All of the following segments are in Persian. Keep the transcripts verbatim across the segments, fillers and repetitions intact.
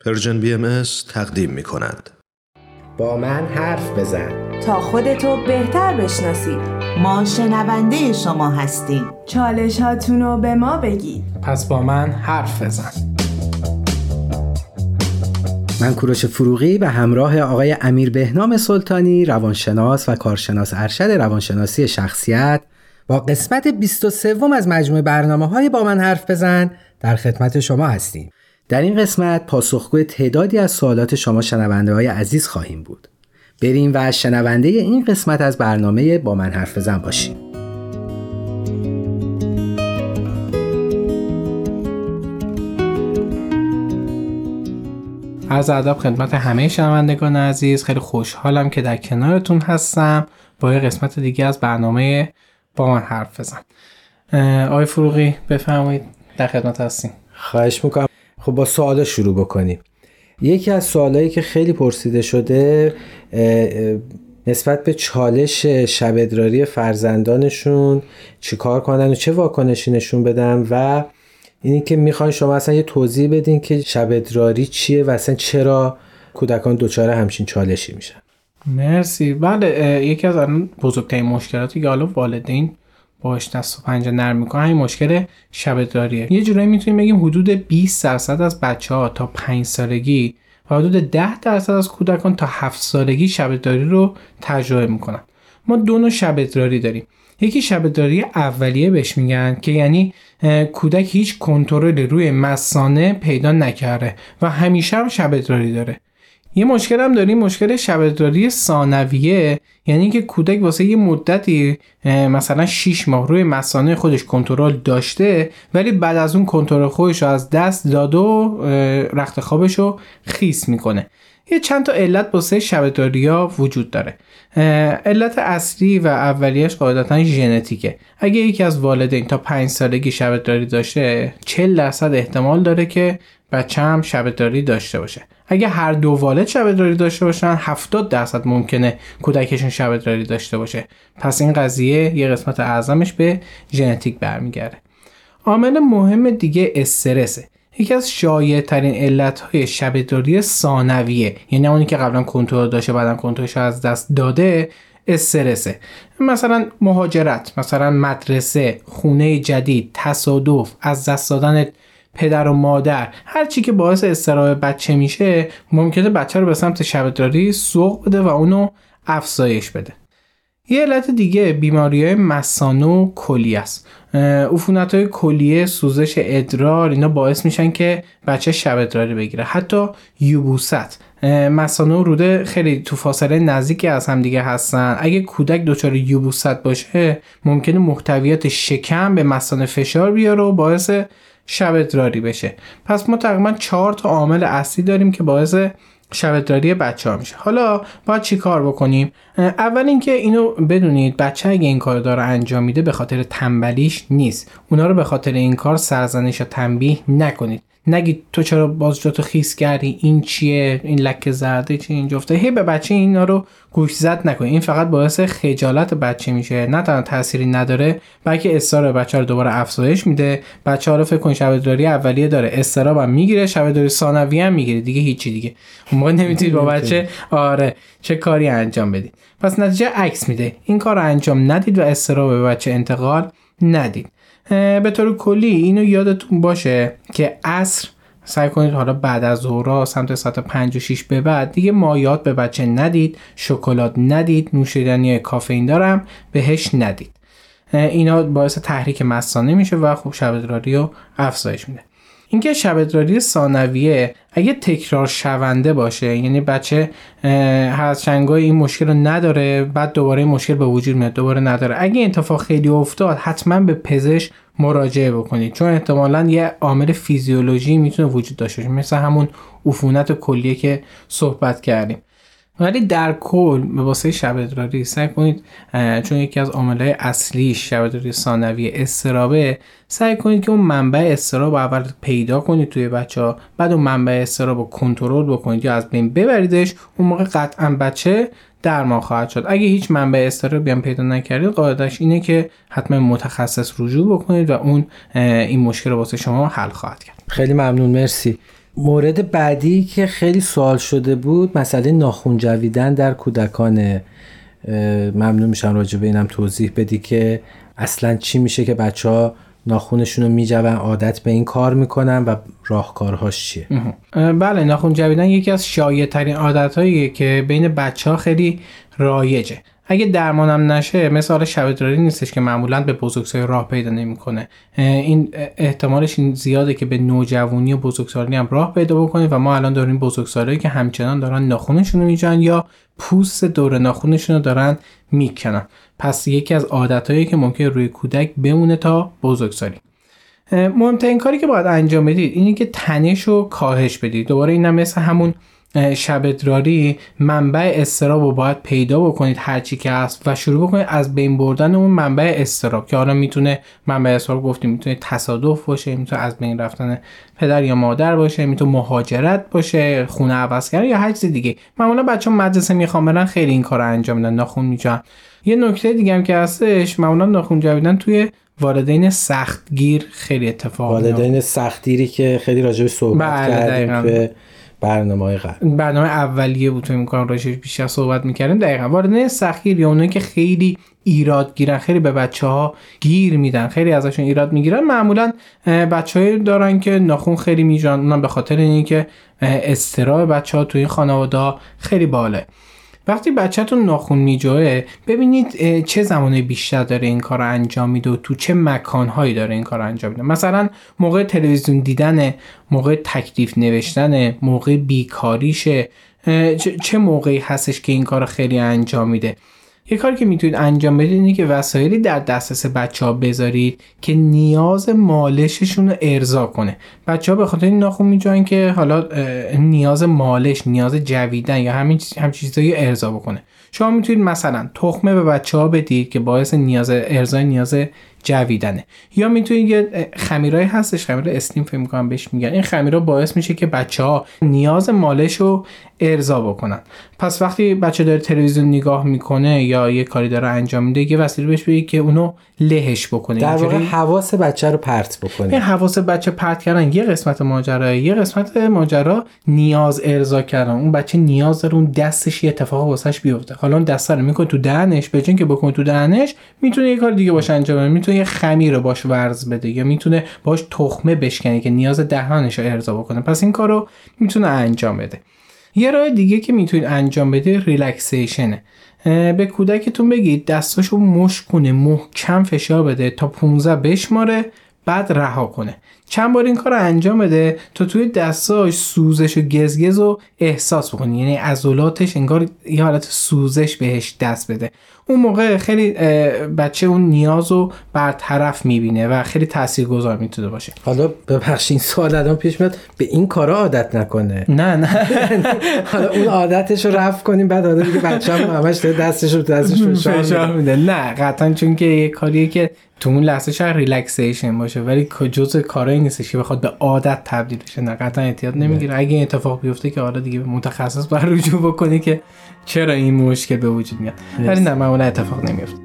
پرژن بی ام اس تقدیم می کند. با من حرف بزن تا خودتو بهتر بشناسید. ما شنونده شما هستیم. چالش هاتونو به ما بگید. پس با من حرف بزن. من کوروش فروغی به همراه آقای امیر بهنام سلطانی، روانشناس و کارشناس ارشد روانشناسی شخصیت، با قسمت بیست و سه از مجموعه برنامه‌های با من حرف بزن در خدمت شما هستیم. در این قسمت پاسخگوی تعدادی از سوالات شما شنونده‌های عزیز خواهیم بود. بریم و شنونده این قسمت از برنامه با من حرف بزن باشیم. عرض ادب خدمت همه شنوندگان عزیز. خیلی خوشحالم که در کنارتون هستم با یه قسمت دیگه از برنامه با من حرف بزن. آقای فروغی بفرمایید، در خدمت هستیم. خواهش میکنم. خب با سوال شروع بکنیم. یکی از سوالایی که خیلی پرسیده شده نسبت به چالش شب ادراری فرزندانشون چی کار کنن و چه واکنشی نشون بدن و اینی که میخواین شما اصلا یه توضیح بدین که شب ادراری چیه و اصلا چرا کودکان دچار همچین چالشی میشن. مرسی. بله، یکی از بزرگترین مشکلاتی که حالا والدین باش دست و پنجه نرم میکنن این مشکل شب ادراریه. یه جورایی میتونیم بگیم حدود بیست درصد از بچه‌ها تا پنج سالگی و حدود ده درصد از کودکان تا هفت سالگی شب ادراری رو تجربه میکنن. ما دو نوع شب ادراری داریم. یکی شب ادراری اولیه بهش میگن که یعنی کودک هیچ کنترلی روی مثانه پیدا نکرده و همیشه هم شب ادراری داره. یه مشکل هم داریم، مشکل شب ادراری ثانویه، یعنی که کودک واسه یه مدتی مثلا شش ماه روی مثانه خودش کنترل داشته ولی بعد از اون کنترل خودش رو از دست داد و رخت خوابش رو خیس میکنه. یه چند تا علت واسه شب ادراری‌ها وجود داره. علت اصلی و اولیش قاعدتاً ژنتیکه. اگه یکی از والدین تا پنج سالگی شب ادراری داشته، چهل درصد احتمال داره که بچه هم شب ادراری داشته باشه. اگه هر دو والد شب ادراری داشته باشن، هفتاد درصد ممکنه کودکشون شب ادراری داشته باشه. پس این قضیه یه قسمت اعظمش به ژنتیک برمیگرده. عامل مهم دیگه استرسه. یکی از شایع ترین علت‌های شب ادراری ثانویه، یعنی اونی که قبلا کنترل داشته بعداً کنترلش از دست داده، استرسه. مثلا مهاجرت، مثلا مدرسه، خونه جدید، تصادف، از دست دادن پدر و مادر، هر چی که باعث اضطراب بچه میشه ممکنه بچه رو به سمت شب ادراری سوق بده و اونو افزایش بده. یه علت دیگه بیماری‌های مثانه و کلیه است. عفونت‌های کلیه، سوزش ادرار، اینا باعث میشن که بچه شب ادراری بگیره. حتی یبوست، مثانه و روده خیلی تو فاصله نزدیکی از هم دیگه هستن. اگه کودک دچار یبوست باشه ممکنه محتویات شکم به مثانه فشار بیاره و باعث شب ادراری بشه. پس ما تقریبا چهار تا عامل اصلی داریم که باعث شب ادراری بچه ها میشه. حالا باید چی کار بکنیم؟ اول اینکه اینو بدونید بچه اگه این کار داره انجام میده به خاطر تنبلیش نیست. اونا رو به خاطر این کار سرزنش یا تنبیه نکنید. نگید تو چرا باز جاتو خیس کردی، این چیه، این لکه زرده چیه، این جفته. هی به بچه اینا رو گوش زد نکنید. این فقط باعث خجالت بچه میشه، نه تنها تأثیری نداره بلکه استرس بچه رو دوباره افزایش میده. بچه ها رو فکر کن شب ادراری اولیه داره، استرس هم میگیره، شب ادراری ثانویه هم میگیره، دیگه هیچی دیگه. اون موقع نمیتونید با بچه آره چه کاری انجام بدید. پس نتیجه عکس میده. این کار رو انجام ندید و استرس به بچه انتقال ندید. به طور کلی اینو یادتون باشه که عصر سعی کنید حالا بعد از ظهر سمت ساعت پنج و شش به بعد دیگه مایعات به بچه ندید، شکلات ندید، نوشیدنی کافئین دارم بهش ندید. اینا باعث تحریک مثانه میشه و خب شب ادراری رو افزایش میده. اینکه شب ادراری ثانویه اگه تکرار شونده باشه، یعنی بچه هر از چنگای این مشکل رو نداره بعد دوباره این مشکل به وجود میاد دوباره نداره، اگه این اتفاق خیلی افتاد حتما به پزشک مراجعه بکنید، چون احتمالاً یه عامل فیزیولوژی میتونه وجود داشته باشه مثل همون عفونت کلیه که صحبت کردیم. ولی در کل به واسه شب ادراری سعی کنید، چون یکی از عامل‌های اصلی شب ادراری ثانوی اضطرابه، سعی کنید که اون منبع اضطراب رو اول پیدا کنید توی بچه‌ها، بعد اون منبع اضطراب رو کنترل بکنید یا از بین ببریدش. اون موقع قطعاً بچه درمان خواهد شد. اگه هیچ منبع اضطرابی هم پیدا نکردید، قاعدش اینه که حتما متخصص رجوع بکنید و اون این مشکل رو واسه شما حل خواهد کرد. خیلی ممنون، مرسی. مورد بعدی که خیلی سوال شده بود مسئله ناخن جویدن در کودکان. ممنون میشم راجع به اینم توضیح بدی که اصلا چی میشه که بچه‌ها ناخونشون رو میجون، عادت به این کار میکنن و راهکارهاش چیه؟ بله، ناخن جویدن یکی از شایع ترین عادتاییه که بین بچه‌ها خیلی رایجه. اگه درمانم نشه مثل شب ادراری نیستش که معمولاً به بزرگسالی راه پیدا نمیکنه. این احتمالش این زیاده که به نوجوانی و بزرگسالی هم راه پیدا بکنه و ما الان داریم بزرگسالایی که همچنان دارن ناخونشون رو میجن یا پوست دور ناخونشون رو دارن میکنن. پس یکی از عادتایی که ممکنه روی کودک بمونه تا بزرگسالی. مهمترین کاری که باید انجام بدید اینه که تنش رو کاهش بدید. دوباره اینم مثل همون شب ادراری منبع اضطراب رو باید پیدا بکنید هرچی که هست و شروع بکنید از بین بردن اون منبع اضطراب که حالا میتونه منبع اضطراب گفتیم میتونه تصادف باشه، میتونه از بین رفتن پدر یا مادر باشه، میتونه مهاجرت باشه، خونه عوض کردن یا هر چیز دیگه. معمولا بچه‌ها مدرسه میخوام برن خیلی این کارو انجام میدن، ناخن میجن. یه نکته دیگه هم که هستش، معمولا ناخن جویدن توی والدین سختگیر خیلی اتفاق میفته. والدین سختگیری که خیلی راجعش صحبت کردیم توی برنامه‌های قبل، برنامه اولیه بود تو میگم راجعش بیشتر صحبت می‌کردیم. دقیقاً والدین سختگیر یا اونایی که خیلی ایراد گیرن، خیلی به بچه‌ها گیر میدن، خیلی ازشون ایراد میگیرن، معمولاً بچه‌ای دارن که ناخن خیلی میجن. اونم به خاطر اینکه اضطراب بچه‌ها توی این خانواده‌ها خیلی بالاست. وقتی بچه‌تون ناخن میجوه ببینید چه زمانی بیشتر داره این کار رو انجام میده و تو چه مکانهایی داره این کار رو انجام میده. مثلا موقع تلویزیون دیدن، موقع تکلیف نوشتن، موقع بیکاریشه، چه موقعی هستش که این کار رو خیلی انجام میده. یه کاری که میتونید انجام بدید اینه که وسایلی در دسترس بچه‌ها بذارید که نیاز مالششون رو ارضا کنه. بچه‌ها به خاطر این ناخن میجوئن که حالا نیاز مالش، نیاز جویدن یا همین هم چیزایی ارضا بکنه. شما میتونید مثلا تخمه به بچه‌ها بدید که باعث نیاز ارضای نیاز جویدنه، یا میتونید یه خمیرایی هستش، خمیر استیم فکر می‌کنم بهش میگن. این خمیرا باعث میشه که بچه‌ها نیاز مالش رو ارضا بکنن. پس وقتی بچه داره تلویزیون نگاه میکنه یا یه کاری داره انجام میده، یه وسیله بهش بگید که اونو لهش بکنه، در واقع حواس بچه رو پرت بکنه. این حواس بچه پرت کردن یه قسمت ماجرا، یه قسمت ماجرا نیاز ارضا کردن. اون بچه نیاز داره اون دستش یه اتفاق واسش بیفته، حالا اون دست رو میکنه تو دهنش، به جای اینکه بکنه تو دهنش میتونه یه کار دیگه باشه انجام بده، میتونه یه خمیر رو باش ورز بده یا میتونه باش تخمه بشکنه که نیاز دهانش رو ارضا بکنه. پس این کارو میتونه انجام بده. یه راه دیگه که میتونید انجام بده ریلکسیشنه. به کودکتون بگید دستاشو مشت کنه، محکم فشار بده تا پانزده بشماره، بعد رها کنه. چند بار این کار رو انجام بده تا توی دستاش سوزش و گزگز رو احساس بکنی، یعنی عضلاتش انگار یه حالت سوزش بهش دست بده. اون موقع خیلی بچه اون نیاز رو برطرف میبینه و خیلی تاثیرگذار میتونه باشه. حالا ببخشید این سوال الان پیش میاد، به این کارا عادت نکنه. نه نه حالا اون عادتش رو رفع کنیم، بعد عادت دیگه بچه‌م همش دستش رو دستش فشار میده. نه قطعا، چون که یه کاریه که تو اون لحظه شاید ریلکسیشن باشه ولی جزء کارایی نیستش که بخواد به عادت تبدیل بشه. نه قطعا احتیاط نمیگیره. اگه این اتفاق بیفته که حالا دیگه متخصص باید رجوع بکنی که چرا این مشکل به وجود میاد. ولی نه معمولا اتفاق نمیفته.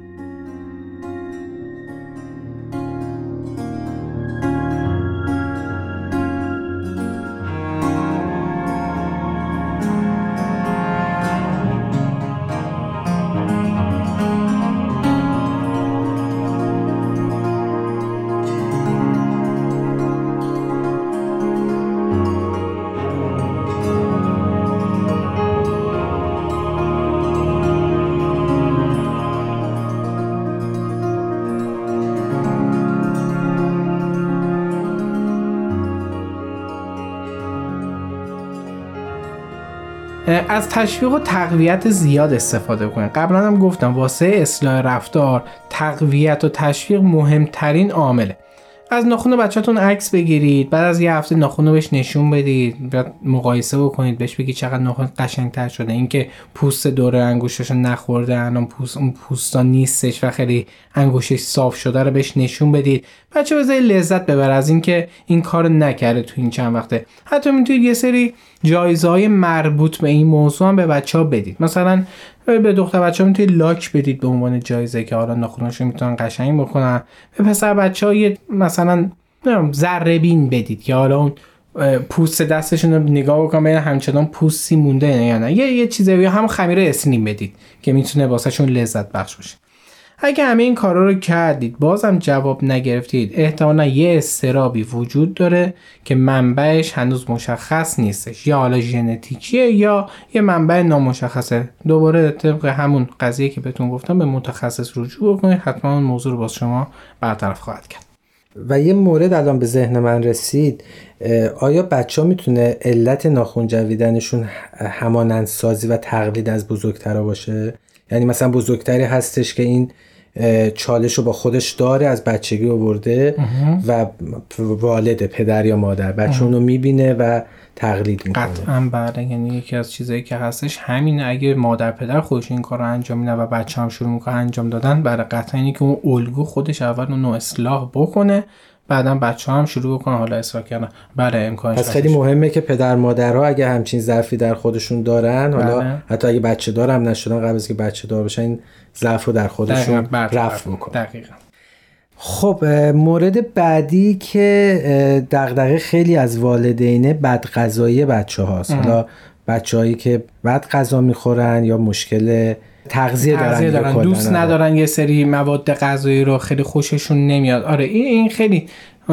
از تشویق و تقویت زیاد استفاده کنید. قبلا هم گفتم واسه اصلاح رفتار تقویت و تشویق مهمترین عامله. از ناخن بچه‌تون عکس بگیرید، بعد از یه هفته ناخن رو بهش نشون بدید، بعد مقایسه بکنید، بهش بگید چقدر ناخن قشنگ‌تر شده. اینکه پوست دور انگشتش نخورده، الان پوست اون پوستا نیستش و خیلی انگشتش صاف شده رو بهش نشون بدید. بچه بذارید لذت ببره از اینکه این کارو نکرده تو این چند وقته. حتی میتونید یه سری جایزه‌های مربوط به این موضوع هم به بچه‌ها بدید. مثلا به دختر بچه‌ها میتونید لاک بدید به عنوان جایزه که حالا ناخناشون میتونن قشنگ بکنن. به پسر بچه‌ها یه مثلا ذره بین بدید که حالا اون پوست دستشون رو نگاه بکنن ببینن همچنان پوستی مونده یا نه. یه یه چیزی یا هم خمیر اسنیم بدید که میتونه واسهشون لذت بخش باشه. اگه همه این کارا رو کردید بازم جواب نگرفتید، احتمالاً یه اضطرابی وجود داره که منبعش هنوز مشخص نیستش، یا حالا ژنتیکیه یا یه منبع نامشخصه. دوباره طبق همون قضیه که بهتون گفتم به متخصص رجوع بکنید، حتما اون موضوع رو باز شما برطرف خواهد کرد. و یه مورد الان به ذهن من رسید، آیا بچه ها میتونه علت ناخن جویدنشون همانندسازی و تقلید از بزرگترها باشه؟ یعنی مثلا بزرگتری هستش که این چالش رو با خودش داره، از بچگی آورده و والد پدر یا مادر بچه اون رو میبینه و تقلید میکنه. قطعا بله، یعنی یکی از چیزایی که هستش همینه. اگه مادر پدر خودش این کار رو انجام میده و بچه هم شروع میکنه انجام دادن، برای قطعا اینه که اون الگو خودش اول اون رو اصلاح بکنه، بعدم بچه هم شروع بکنن حالا اصلاح کردن. بله امکانش پس خیلی مهمه که پدر مادرها اگه همچین ضعفی در خودشون دارن، حالا بله. حتی اگه بچه دار هم نشدن، قبل از که بچه دار بشن این ضعف رو در خودشون رفع بکنن. دقیقاً. خب مورد بعدی که دغدغه خیلی از والدینه بدغذایی بچه هاست. حالا بچه هایی که بد غذا میخورن یا مشکل تغذیه دارن, دارن. دوست آره. ندارن یه سری مواد غذایی رو، خیلی خوششون نمیاد. آره این این خیلی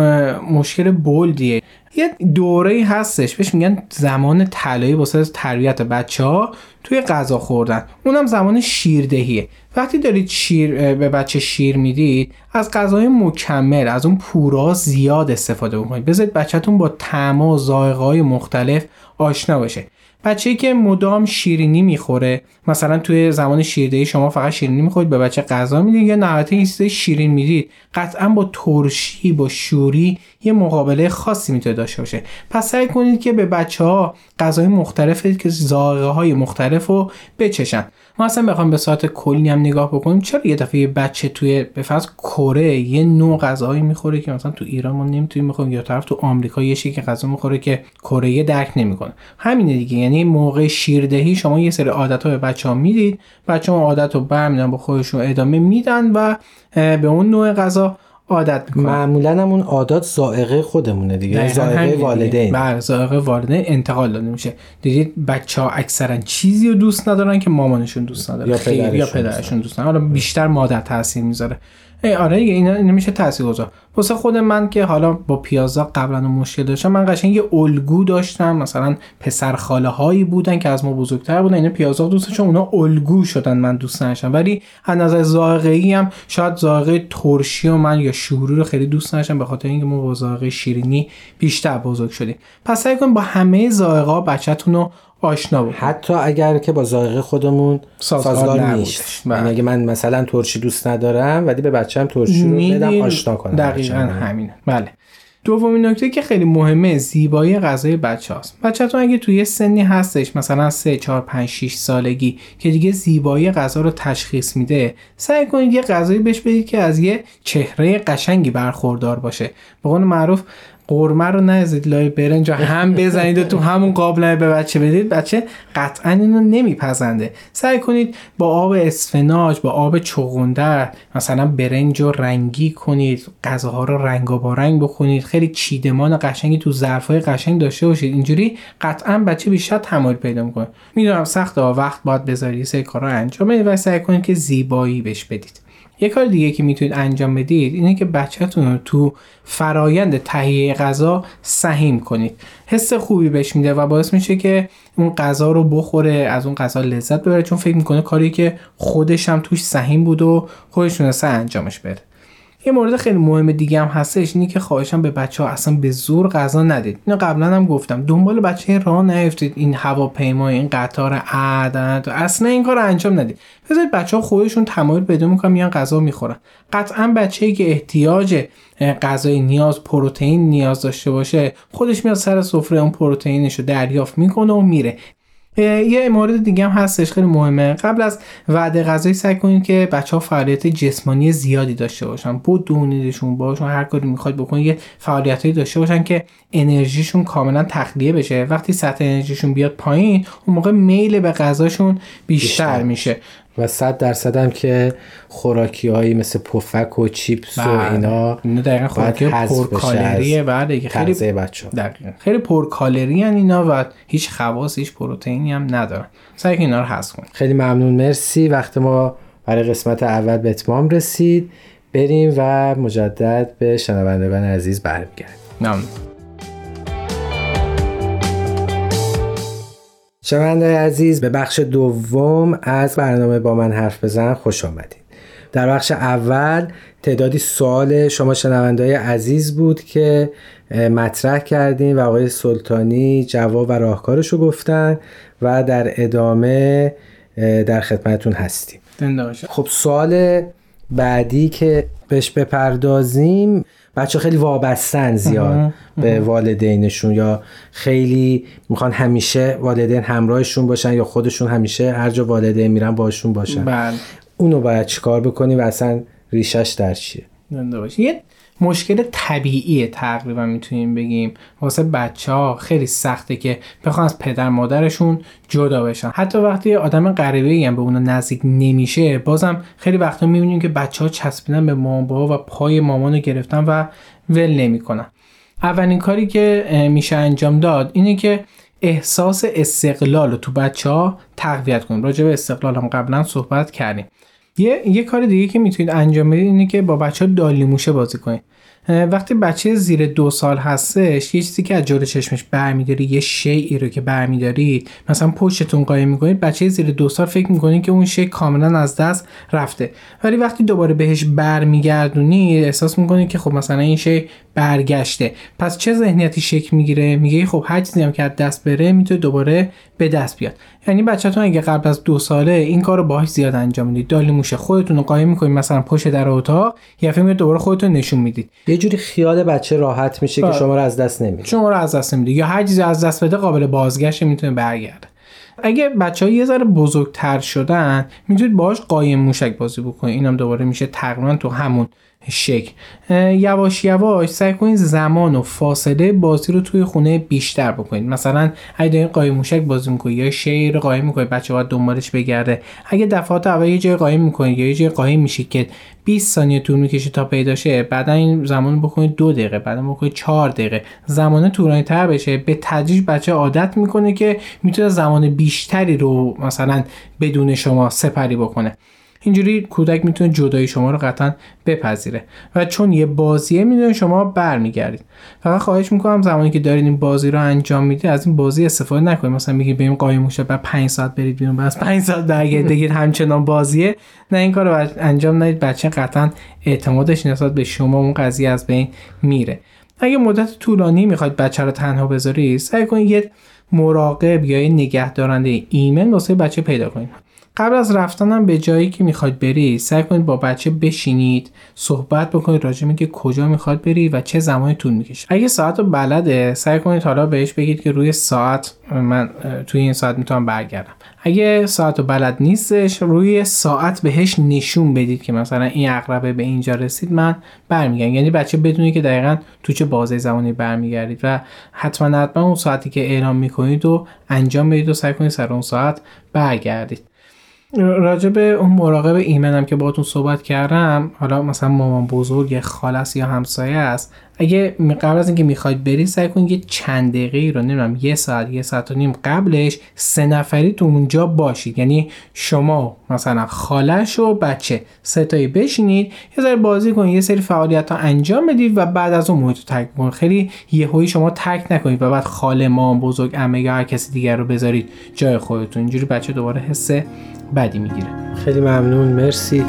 مشکل بولدیه. یه دوره‌ای هستش بهش میگن زمان طلایی واسه تربیت بچه‌ها توی غذا خوردن، اونم زمان شیردهیه. وقتی دارید شیر به بچه شیر میدید، از غذای مکمل، از اون پورا زیاد استفاده بکنید. بذارید بچه‌تون با طعم و ذائقه‌های مختلف آشنا بشه. بچه‌ای که مدام شیرینی میخوره، مثلا توی زمان شیردهی شما فقط شیرینی میخورید، به بچه غذا میدید یا نهایتا این چیزای شیرین میدید، قطعا با ترشی با شوری یه مقابله خاصی میتونه داشته باشه. پس سعی کنید که به بچه‌ها غذای مختلفی که ذائقه‌های مختلفو بچشن. ما اصلا بخوام به صورت کلی هم نگاه بکنیم، چرا یه دفعه یه بچه توی به فرض کره یه نوع غذایی میخوره که مثلا تو ایران ما نمیتونیم بخوریم، یا طرف تو آمریکا یه شکلی غذا میخوره که کره درک نمیکنه. همینه دیگه، یعنی موقع شیردهی شما یه سری عادت‌ها به بچه‌ها میدید، بچه‌ها عادت رو برمی‌دارن با خودشون ادامه میدن و به اون نوع غذا عادت میکنن. معمولا هم اون عادات ذائقه خودمونه دیگه، ذائقه والدین. بله ذائقه والدین انتقال داده میشه. دیدید بچه‌ها اکثرا چیزی رو دوست ندارن که مامانشون دوست نداره، یا پدرشون, یا پدرشون دوست نداره. حالا بیشتر مادر تاثیر میذاره. آره دیگه اینا اینا میشه تاثیرگذار. واسه خود من که حالا با پیازا قبلا مشکل داشتم، من قشنگ یه الگو داشتم، مثلا پسر خاله هایی بودن که از ما بزرگتر بودن، اینا پیازا دوست داشتن، اونا الگو شدن، من دوست نداشتم. ولی از نظر ذائقه‌ای هم شاید ذائقه ترشی و من یا شوری رو خیلی دوست نداشتم، به خاطر اینکه ما با ذائقه شیرینی بیشتر بزرگ شدیم. پس سعی کنید با همه ذائقه‌ها بچه‌تون رو آشنا بود، حتی اگر که با ذائقه خودمون سازگار نیست. یعنی اگه من مثلا ترشی دوست ندارم ولی به بچه‌م ترشی رو بدم آشنا کنم. دقیقاً همینه. بله. دومین نکته که خیلی مهمه زیبایی غذای بچه‌هاست. بچه‌تون اگه توی سنی هستش مثلا سه، چهار، پنج، شش سالگی که دیگه زیبایی غذا رو تشخیص میده، سعی کنید یه غذایی بهش بدید که از یه چهره قشنگی برخوردار باشه. به قول معروف قرمه رو نذارید لای برنج هم بزنید و تو همون قابلمه به بچه بدید، بچه قطعا اینو نمیپسنده. سعی کنید با آب اسفناج، با آب چغندر مثلا برنج رو رنگی کنید، غذاها رو رنگابارنگ بکنید، خیلی چیدمان قشنگی تو ظرفای قشنگ داشته باشید. اینجوری قطعا بچه بیشتر تمایل پیدا میکنه. میدونم سخته، وقت باید بذارید سه کارا انجام بدید و سعی کنید که زیبایی بهش بدید. یک کار دیگه که میتونید انجام بدید اینه که بچه‌تون رو تو فرایند تهیه غذا سهیم کنید. حس خوبی بهش میده و باعث میشه که اون غذا رو بخوره، از اون غذا لذت ببره، چون فکر میکنه کاری که خودش هم توش سهیم بود و خودش تونسته انجامش بده. یه مورد خیلی مهم دیگه هم هستش، اینه که خواهشم به بچه‌ها اصلا به زور غذا ندید. اینو قبلا هم گفتم، دنبال بچه راه نیفتید، این هواپیما، این قطار عدد، اصلا این کارو انجام ندید. بذارید بچه‌ها خودشون تمایل پیدا میکنن میان غذا میخورن. قطعا بچه‌ای که احتیاج غذای نیاز پروتئین نیاز داشته باشه، خودش میاد سر سفره اون پروتئینشو دریافت میکنه و میره. یه مورد دیگه هم هستش خیلی مهمه، قبل از وعده غذایی سعی کنید که بچه‌ها فعالیت جسمانی زیادی داشته باشن، بدونیدشون باشون، هر کاری میخواید بکنید یه فعالیتایی داشته باشن که انرژیشون کاملا تخلیه بشه. وقتی سطح انرژیشون بیاد پایین، اون موقع میل به غذاشون بیشتر, بیشتر. میشه. و صد درصد هم که خوراکی هایی مثل پفک و چیپس و اینا اینا دقیقا خوراکی پرکالریه. بعد که خیلی دقیقا خیلی پرکالری ان اینا و هیچ خواص هیچ پروتئینی هم ندارن. سعی کن اینا رو حذف کن. خیلی ممنون، مرسی. وقت ما برای قسمت اول به اتمام رسید. بریم و مجدد به شنوندگان عزیز برمیگردیم. ممنون. شنوندگان عزیز، به بخش دوم از برنامه با من حرف بزن خوش آمدید. در بخش اول تعدادی سوال شما شنوندگان عزیز بود که مطرح کردیم و آقای سلطانی جواب و راهکارشو گفتن و در ادامه در خدمتتون هستیم. خب سوال بعدی که بهش بپردازیم، بچه خیلی وابستن زیاد به والدینشون یا خیلی میخوان همیشه والدین همراهشون باشن یا خودشون همیشه هر جا والدین میرن باشون باشن. بله. اونو باید چیکار بکنی و اصلا ریشش در چیه؟ یه مشکل طبیعیه تقریبا میتونیم بگیم واسه بچه‌ها خیلی سخته که بخوان از پدر مادرشون جدا بشن. حتی وقتی آدم غریبه‌ای هم به اونا نزدیک نمیشه، بازم خیلی وقتا میبینیم که بچه‌ها چسبیدن به مامان بابا و پای مامانو گرفتن و ول نمیکنن. اولین کاری که میشه انجام داد اینه که احساس استقلال رو تو بچه‌ها تقویت کنیم. راجع به استقلال هم قبلا صحبت کردیم. یه یه کار دیگه که میتونید انجام بدید اینه که با بچه‌ها دالیموشه بازی کنید. وقتی بچه زیر دو سال هستش، یه چیزی که از جلوی چشمش برمی‌داری، یه شیئی رو که برمی‌دارید مثلا پشتتون قایم می‌کنید، بچه زیر دو سال فکر می‌کنه که اون شی کاملا از دست رفته، ولی وقتی دوباره بهش برمیگردونی احساس می‌کنه که خب مثلا این شی برگشته. پس چه ذهنیتی شکل میگیره؟ میگه خب هر چیزی هم که از دست بره میتونه دوباره به دست بیاد. یعنی بچه‌تون اگه قبل از دو ساله این کارو باهاش زیاد انجام میدید، دالیموشه خودتون رو قایم می‌کنید مثلا پشت در اتاق، یه دفعه دوباره خودتون نشون میدید، یه جوری خیال بچه راحت میشه با. که شما رو از دست نمیده. شما رو از دست نمیده یا هر چیزی از دست بده قابل بازگشت میتونه برگرده. اگه بچه‌ها یه ذره بزرگتر شدن میتونید باهاش قایم موشک بازی بکنید. اینم دوباره میشه تقریبا تو همون شکل. یواش یواش سعی کنید زمان و فاصله بازی رو توی خونه بیشتر بکنید. مثلا اگه دارین قایم موشک بازی میکنید یا شی رو قایم میکنید، بچه‌ها باید دنبالش بگرده. اگه دفعات اول یه جای قایم میکنید یا یه جای قایم میشید که بیست ثانیه طول میکشه تا پیدا شه، بعدا این زمان بکنید دو دقیقه، بعدا بکنید چهار دقیقه، زمان طولانی تر بشه. به تدریج بچه عادت میکنه که میتونه زمان بیشتری رو مثلا بدون شما سپری بکنه. اینجوری کودک میتونه جدایی شما رو قطعا بپذیره و چون یه بازیه میدونه شما برمیگردید. فقط خواهش میکنم زمانی که دارین این بازی رو انجام میدید از این بازی استفاده نکنید. مثلا میگید بریم قایم موشه بعد پنج ساعت برید بیرون بعد پنج ساعت برگردید دیگه همچنان بازیه. نه، این کارو انجام ندید. بچه قطعا اعتمادش نسبت به شما اون قضیه از بین میره. اگه مدت طولانی میخواید بچه رو تنها بذارید، سعی کنید یه مراقب یا یه نگهدارنده ایمن واسه بچه پیدا کنید. قبل از رفتنم به جایی که میخواید بری سعی کنید با بچه بشینید، صحبت بکنید راجع به اینکه کجا میخواد بری و چه زمانی طول میکشه. اگه ساعت رو بلده سعی کنید حالا بهش بگید که روی ساعت من توی این ساعت میتونم برگردم. اگه ساعت رو بلد نیستش روی ساعت بهش نشون بدید که مثلا این عقربه به اینجا رسید من برمیگردم. یعنی بچه بدونه که دقیقاً تو چه بازه زمانی برمیگردید و حتما حتما اون ساعتی که اعلام میکنید و انجام بدید و سعی کنید سر اون ساعت برگردید. راجع به اون مراقب ایمنم که باهاتون صحبت کردم، حالا مثلا مامان بزرگ یا خالص یا همسایه است، اگه قبل از اینکه میخواید برید سعی کنید یه چند دقیقه رو نمیدونم یه ساعت یه ساعت و نیم قبلش سه نفری تو اونجا باشید. یعنی شما مثلا خالش و بچه سه تایی بشینید یه ذره بازی کنید، یه سری فعالیت‌ها انجام بدید و بعد از اون محیط رو ترک کنید. خیلی یهویی شما ترک نکنید و بعد خاله مامان بزرگ عمه یا هر کسی دیگر رو بذارید جای خودتون. اینجوری بچه دوباره حس بدی میگیره. خیلی ممنون، مرسی.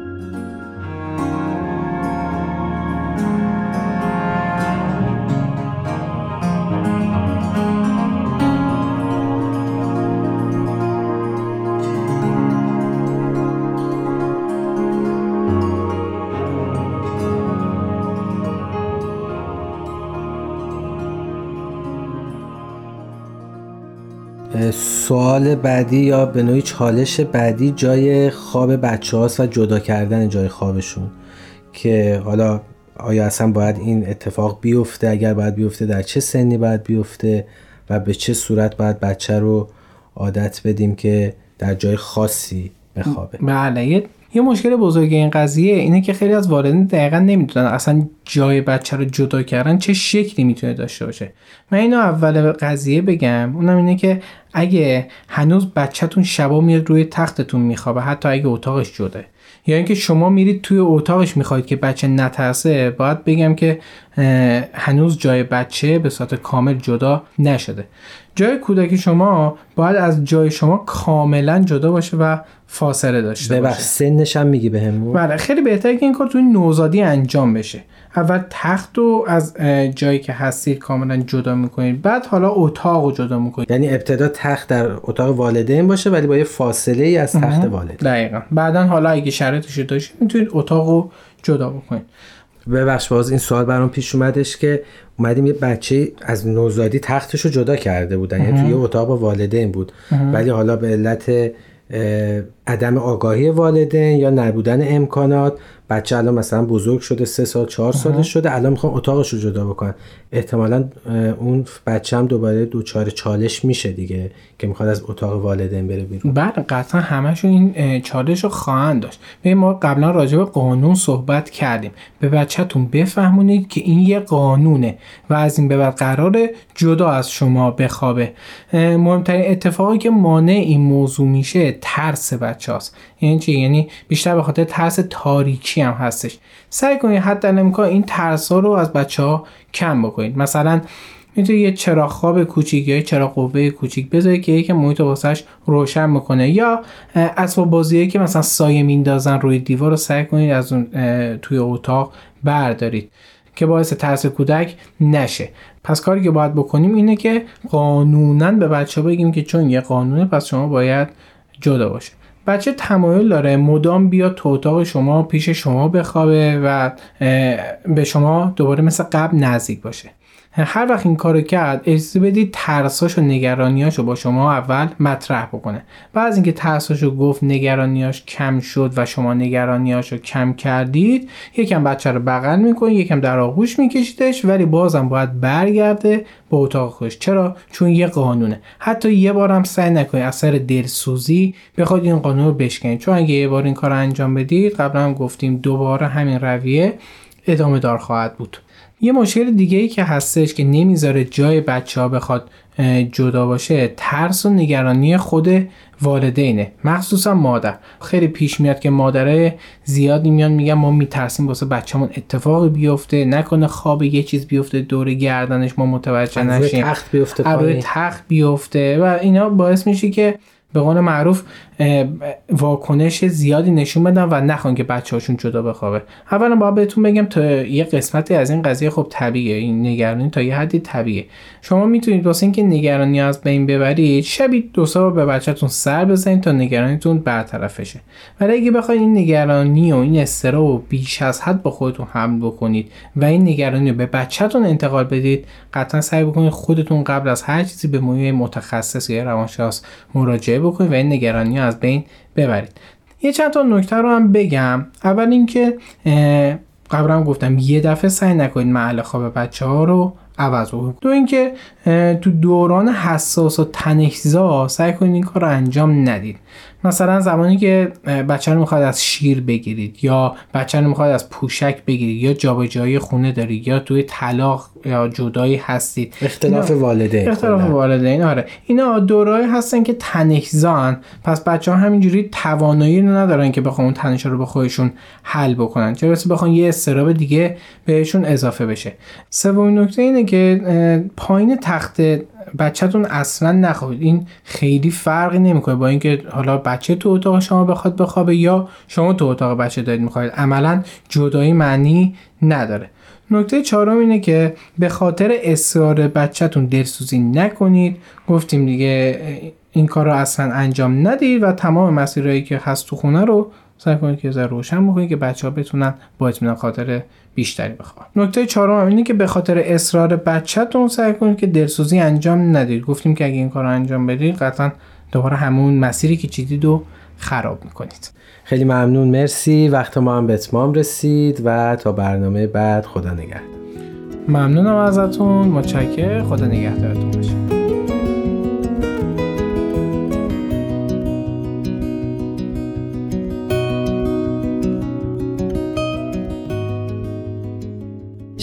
سوال بعدی یا به نوعی چالش بعدی جای خواب بچه هاست و جدا کردن جای خوابشون، که حالا آیا اصلا باید این اتفاق بیفته، اگر باید بیفته در چه سنی باید بیفته و به چه صورت باید بچه رو عادت بدیم که در جای خاصی بخوابه. بله. یه یه مشکل بزرگ این قضیه اینه که خیلی از والدین دقیقاً نمیدونن اصلا جای بچه رو جدا کردن چه شکلی میتونه داشته باشه. من اینو اول قضیه بگم، اونم اینه که اگه هنوز بچه‌تون شبا میاد روی تختتون میخوابه، حتی اگه اتاقش جداه، یا اینکه شما میرید توی اتاقش میخواید که بچه نترسه، باید بگم که هنوز جای بچه به صورت کامل جدا نشده. جای کودک شما باید از جای شما کاملا جدا باشه و فاصله داشته باشه. ببخش سنش هم میگی بهمون؟ بله، خیلی بهتره که این کار توی نوزادی انجام بشه. اول تخت رو از جایی که هستید کاملا جدا میکنید، بعد حالا اتاق رو جدا میکنید. یعنی ابتدا تخت در اتاق والدین باشه ولی با یه فاصله ای از تخت والدین. دقیقاً. بعدن حالا اگه شرایطش داشت میتونید اتاق رو جدا بکنید. ببخش باز این سوال برام پیش اومدش که اومدیم یه بچه از نوزادی تختش رو جدا کرده بودن، یعنی توی اتاق با والدین بود، ولی حالا به علت عدم آگاهی والدین یا نبودن امکانات بچه الان مثلا بزرگ شده، سه سال چهار سالش شده، الان میخوام اتاقش رو جدا بکنن. احتمالاً اون بچه هم دوباره دوچار چالش میشه دیگه که میخواد از اتاق والدین بره بیرون. بله قطعا همشون این چالش رو خواهند داشت. ما قبلا راجع به قانون صحبت کردیم. به بچه‌تون بفهمونید که این یه قانونه و از این به بعد قراره جدا از شما بخوابه. مهمترین اتفاقی که مانع این موضوع میشه ترس بچه‌هاست. یعنی چی؟ یعنی بیشتر به خاطر ترس تاریکی هم هستش. سعی کنید حتی الامکان این ترس‌ها رو از بچه‌ها کم بکنید. مثلا میتونید یه چراغ خواب کوچیک یا یه چراغ قوه کوچیک بذارید که یکم محیط واسش روشن میکنه، یا اسباب بازیایی که مثلا سایه میندازن روی دیوار رو سعی کنید از اون توی اتاق بردارید که باعث ترس کودک نشه. پس کاری که باید بکنیم اینه که قانونا به بچه‌ها بگیم که چون یه قانونه پس شما باید جدا باشه. بچه تمایل داره مدام بیاد تو اتاق شما، پیش شما بخوابه و به شما دوباره مثل قبل نزدیک باشه. هر وقت این کارو کرد اجازه بدید ترساش و نگرانیاشو با شما اول مطرح بکنه. بعد از اینکه ترساشو گفت، نگرانیاش کم شد و شما نگرانیاشو کم کردید، یکم بچه رو بغل میکنید، یکم در آغوش میکشیدش، ولی بازم باید برگرده به اتاق خودش. چرا؟ چون یه قانونه. حتی یه بارم سعی نکنید از سر دلسوزی بخواید این قانون رو بشکنید، چون اگه یه بار این کارو انجام بدید، قبلا هم گفتیم دوباره همین رویه ادامه دار خواهد بود. یه مشکل دیگه ای که هستش که نمیذاره جای بچه ها بخواد جدا باشه، ترس و نگرانی خود والدینه، مخصوصا مادر. خیلی پیش میاد که مادرای زیادی میان میگن ما میترسیم واسه بچه‌مون اتفاقی بیفته، نکنه خواب یه چیز بیفته دور گردنش ما متوجه نشیم، تخت بیفته روی تخت بیفته و اینا باعث میشه که به قول معروف واکنش زیادی نشون بدن و نخوان که بچه‌هاشون جدا بخوابه. اولا باید بهتون بگم تا یه قسمتی از این قضیه خب طبیعیه، این نگرانی تا یه حدی طبیعیه. شما میتونید واسه اینکه نگرانی از بین ببرید شبی دو سه بار به بچه‌تون سر بزنید تا نگرانیتون برطرف بشه. ولی اگه بخواید این نگرانی و این استرس بیش از حد با خودتون حمل بکنید و این نگرانی رو به بچه‌تون انتقال بدید، قطعا سعی بکنید خودتون قبل از هر چیزی به متخصص یا روانشناس مراجعه بکنید و این نگرانی از بین ببرید. یه چند تا نکته رو هم بگم. اول اینکه قبلا هم گفتم یه دفعه سعی نکنید محل خواب بچه‌ها رو عوض بکنید. دو اینکه تو دوران حساس و تنش‌زا سعی کنید این کار رو انجام ندید. مثلا زمانی که بچه رو میخواد از شیر بگیرید، یا بچه رو میخواد از پوشک بگیرید، یا جابجایی خونه دارید، یا توی طلاق یا جدایی هستید، اختلاف والدین اختلاف والدین آره اینا دورایی هستن که تنش‌زان. پس بچه‌ها همینجوری توانایی رو ندارن که بخوان اون تنش‌ها رو به خودشون حل بکنن، چه برسه بخوان یه استراب دیگه بهشون اضافه بشه. سومین نکته اینه که پایین تخت بچه‌تون اصلا نخوابید. این خیلی فرقی نمیکنه با اینکه حالا بچه تو اتاق شما بخواد بخوابه یا شما تو اتاق بچه دارید میخواید، عملا جدایی معنی نداره. نکته چهارم اینه که به خاطر اصرار بچه‌تون دلسوزی نکنید. گفتیم دیگه این کار رو اصلا انجام ندید و تمام مسیرهایی که هست تو خونه رو سعی کنید که زر روشن بکنید که بچه‌ها بتونن با اطمینان خاطر بیشتری بخوابن. نکته چهارم اینه که به خاطر اصرار بچه‌تون سعی کنید که دلسوزی انجام ندید. گفتیم که اگه این کارو انجام بدید قطعا دوباره همون مسیری که چیدید رو خراب میکنید. خیلی ممنون، مرسی. وقت ما هم به اتمام رسید و تا برنامه بعد خدا نگهدار. ممنونم ازتون، متشکرم، خدا نگهدارتون باشه.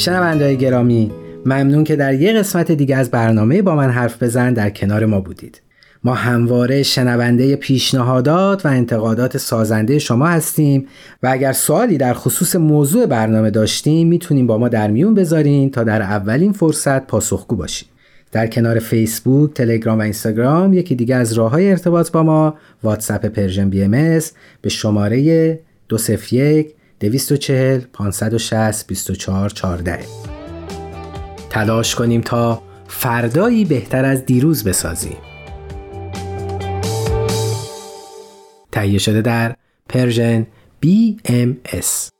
شنونده‌های گرامی، ممنون که در یک قسمت دیگه از برنامه با من حرف بزن در کنار ما بودید. ما همواره شنونده پیشنهادات و انتقادات سازنده شما هستیم و اگر سوالی در خصوص موضوع برنامه داشتیم میتونیم با ما در میون بذارین تا در اولین فرصت پاسخگو باشیم. در کنار فیسبوک، تلگرام و اینستاگرام یکی دیگه از راه‌های ارتباط با ما واتساپ پرژن بی ام اس به شماره دو صفر یک دویست و چهل پانصد و شصت بیست و چهار چهارده. تلاش کنیم تا فردایی بهتر از دیروز بسازیم. تهیه شده در پرژن بی ام اس.